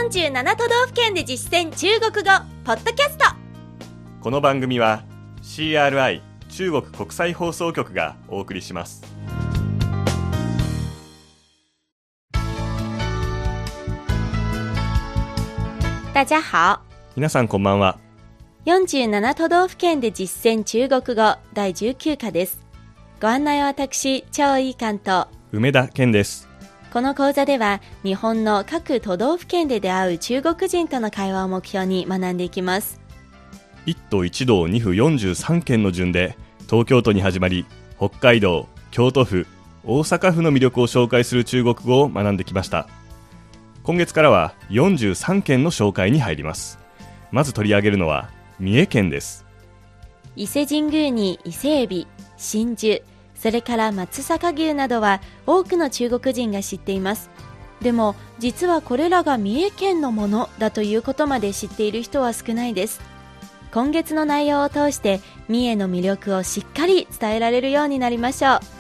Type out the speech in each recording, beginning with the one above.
47都道府県で実践中国語ポッドキャスト。 この番組は CRI 中国国際放送局がお送りします。 大家好。 皆さんこんばんは。 47都道府県で実践中国語第19課です。ご案内は私、張井監と梅田健です。 この講座では日本の各都道府県で出会う中国人との会話を目標に学んでいきます。 一都一道二府43県の順で東京都に始まり、北海道、京都府、大阪府の魅力を紹介する中国語を学んできました。今月からは43県の紹介に入ります。まず取り上げるのは三重県です。 伊勢神宮に伊勢海老、真珠、それから松阪牛などは多くの中国人が知っています。でも実はこれらが三重県のものだということまで知っている人は少ないです。今月の内容を通して三重の魅力をしっかり伝えられるようになりましょう。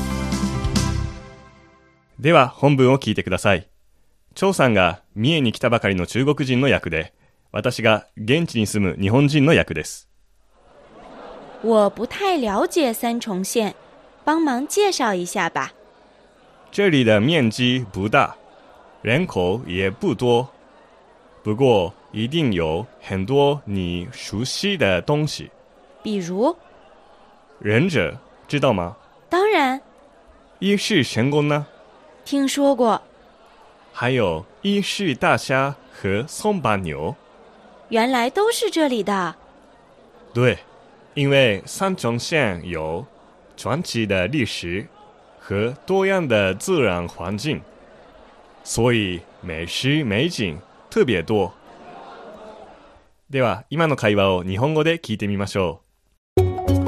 では本文を聞いてください。張さんが三重に来たばかりの中国人の役で、私が現地に住む日本人の役です。 我不太了解三重县，帮忙介绍一下吧。 这里的面积不大，人口也不多，不过一定有很多你熟悉的东西。 比如？ 忍者知道吗？ 当然。 伊势神宫呢？ 听说过。 还有伊势大虾和松把牛。 原来都是这里的。 对，因为三重县有传奇的历史和多样的自然环境，所以美食美景特别多。では今の会話を日本語で聞いてみましょう。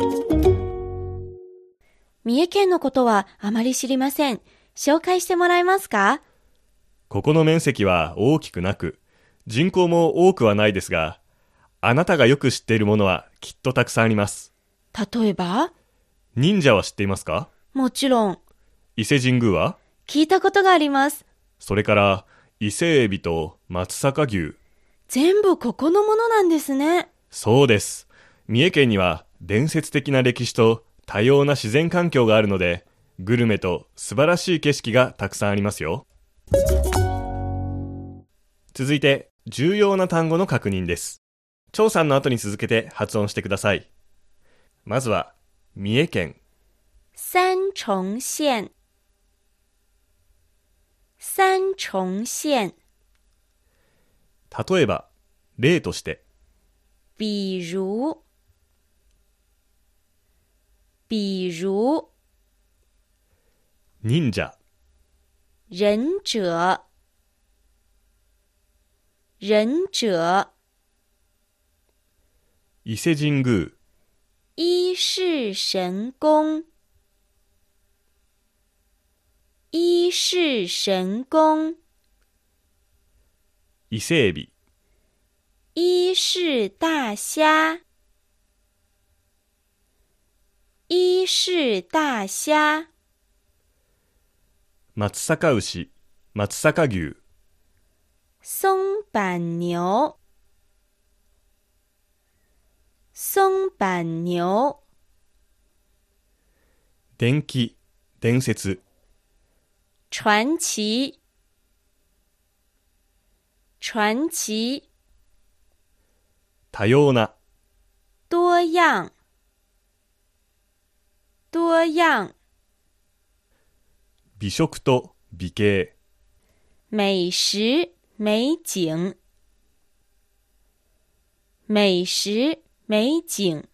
三重県のことはあまり知りません。紹介してもらえますか？ ここの面積は大きくなく、人口も多くはないですが、あなたがよく知っているものはきっとたくさんあります。 例えば？ 忍者は知っていますか？ もちろん。 伊勢神宮は？ 聞いたことがあります。 それから伊勢海老と松阪牛。 全部ここのものなんですね。 そうです。三重県には伝説的な歴史と多様な自然環境があるので、グルメと素晴らしい景色がたくさんありますよ。続いて重要な単語の確認です。張さんの後に続けて発音してください。まずは三重県。 三重县。三重县。 例えば、例として。 比如。比如。 忍者。 忍者。忍者。 伊勢神宮。 伊勢神宮。伊勢神宮。 伊勢海老。 伊勢大蝦。伊勢大蝦。 松阪牛、松阪牛。 松阪牛。松阪牛。 伝記、伝説。 傳奇。傳奇。 多様な。 多樣。多樣。 美食と美形。 美食、美景。美食、美景。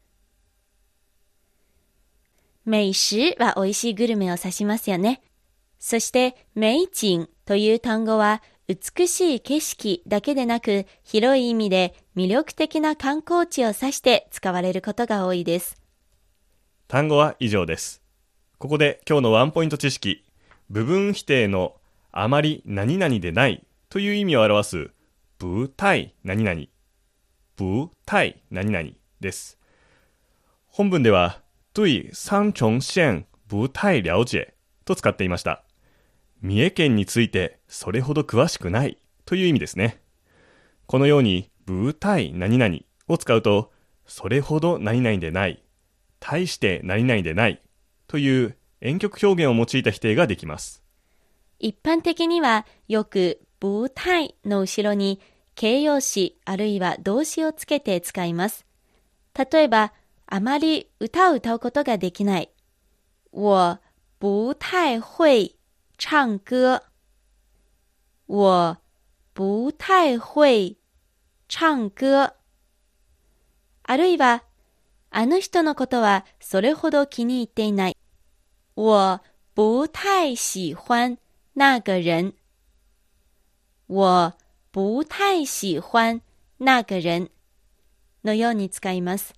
美食は美味しいグルメを指しますよね。そして美景という単語は美しい景色だけでなく、広い意味で魅力的な観光地を指して使われることが多いです。 単語は以上です。ここで今日のワンポイント知識。部分否定のあまり何々でないという意味を表す不太何々、不太何々です。本文では对三重县不太了解と使っていました。三重県についてそれほど詳しくないという意味ですね。このように不太何々を使うと、それほど何々でない、大して何々でないという婉曲表現を用いた否定ができます。 一般的にはよく不太の後ろに形容詞あるいは動詞をつけて使います。例えば、あまり歌を歌うことができない。我不太会唱歌。我不太会唱歌。あるいは、あの人のことはそれほど気に入っていない。我不太喜欢那个人。我不太喜欢那个人のように使います。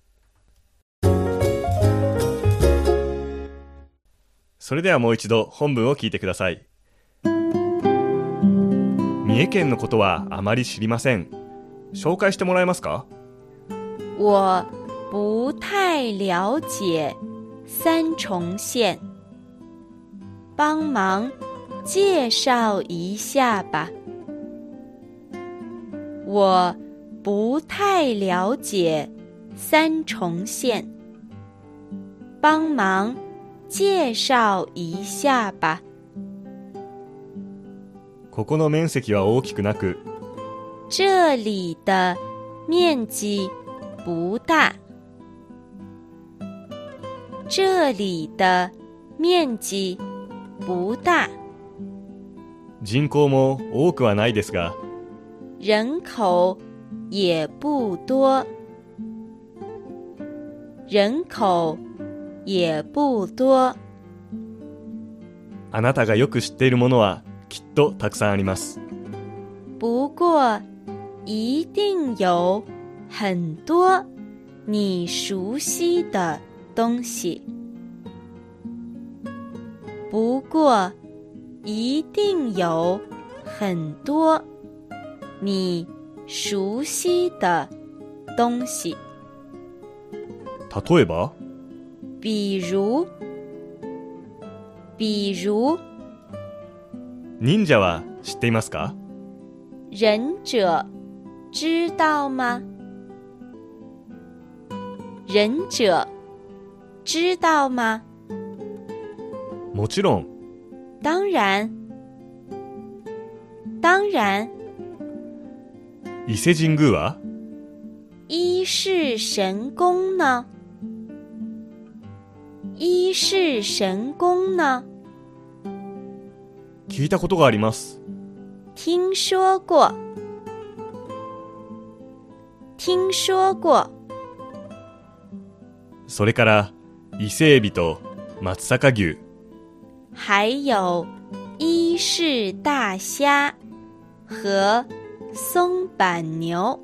それではもう一度本文を聞いてください。三重県のことはあまり知りません。紹介してもらえますか？ 我不太了解三重县。帮忙介绍一下吧。我不太了解三重县。帮忙介绍一下吧。 ここの面積は大きくなく、 这里的面积不大。这里的面積不大。 人口も多くはないですが、 人口也不多。人口也不多。 あなたがよく知っているものはきっとたくさんあります。 不过一定有很多你熟悉的东西。不过一定有很多你熟悉的东西。 例えば？ 比如忍者は知っていますか？ 忍者知道吗？忍者知道吗？ もちろん。 当然。当然。 伊勢神宮は？ 伊勢神宮呢？伊勢神宮呢？ 聞いたことがあります。 听说过。听说过。 それから伊勢エビと松阪牛。 还有伊勢大虾和松板牛。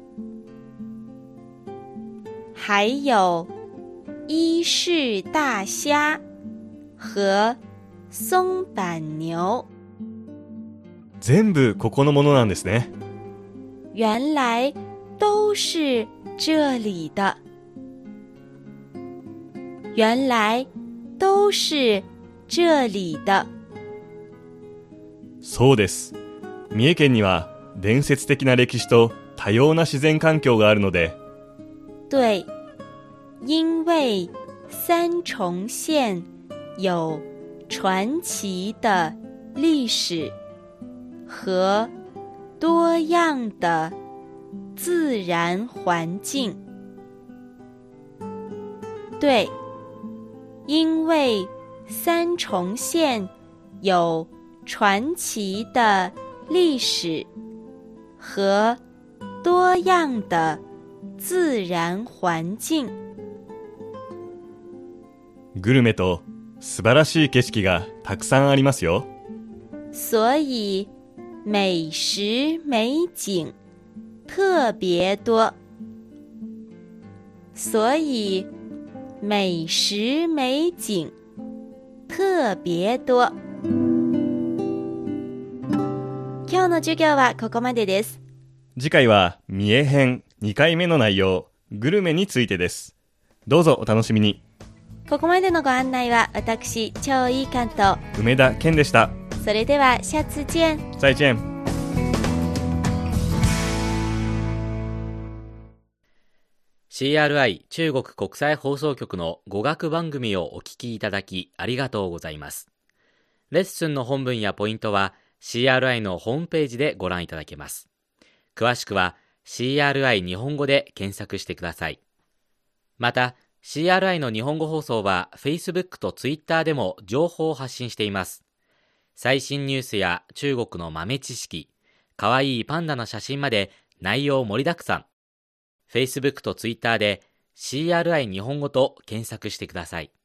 还有伊勢大虾和松板牛。 全部ここのものなんですね。 原来都是这里的。原来都是这里的。 そうです。三重県には伝説的な歴史と多様な自然環境があるので。 对，因为三重县有传奇的历史和多样的自然环境。对，因为三重县有传奇的历史和多样的自然环境。 グルメと素晴らしい景色がたくさんありますよ。 所以美食美景特别多。所以美食美景特別多。今日の授業はここまでです。 次回は三重編2回目の内容、グルメについてです。どうぞお楽しみに。 ここまでのご案内は私、張一貫と梅田健でした。 それでは下次見。 再见。 CRI 中国国際放送局の語学番組をお聞きいただきありがとうございます。レッスンの本文やポイントは CRI のホームページでご覧いただけます。詳しくは CRI 日本語で検索してください。また、CRI の日本語放送は Facebook と Twitter でも情報を発信しています。最新ニュースや中国の豆知識、かわいいパンダの写真まで内容盛りだくさん。Facebook と Twitter で CRI 日本語と検索してください。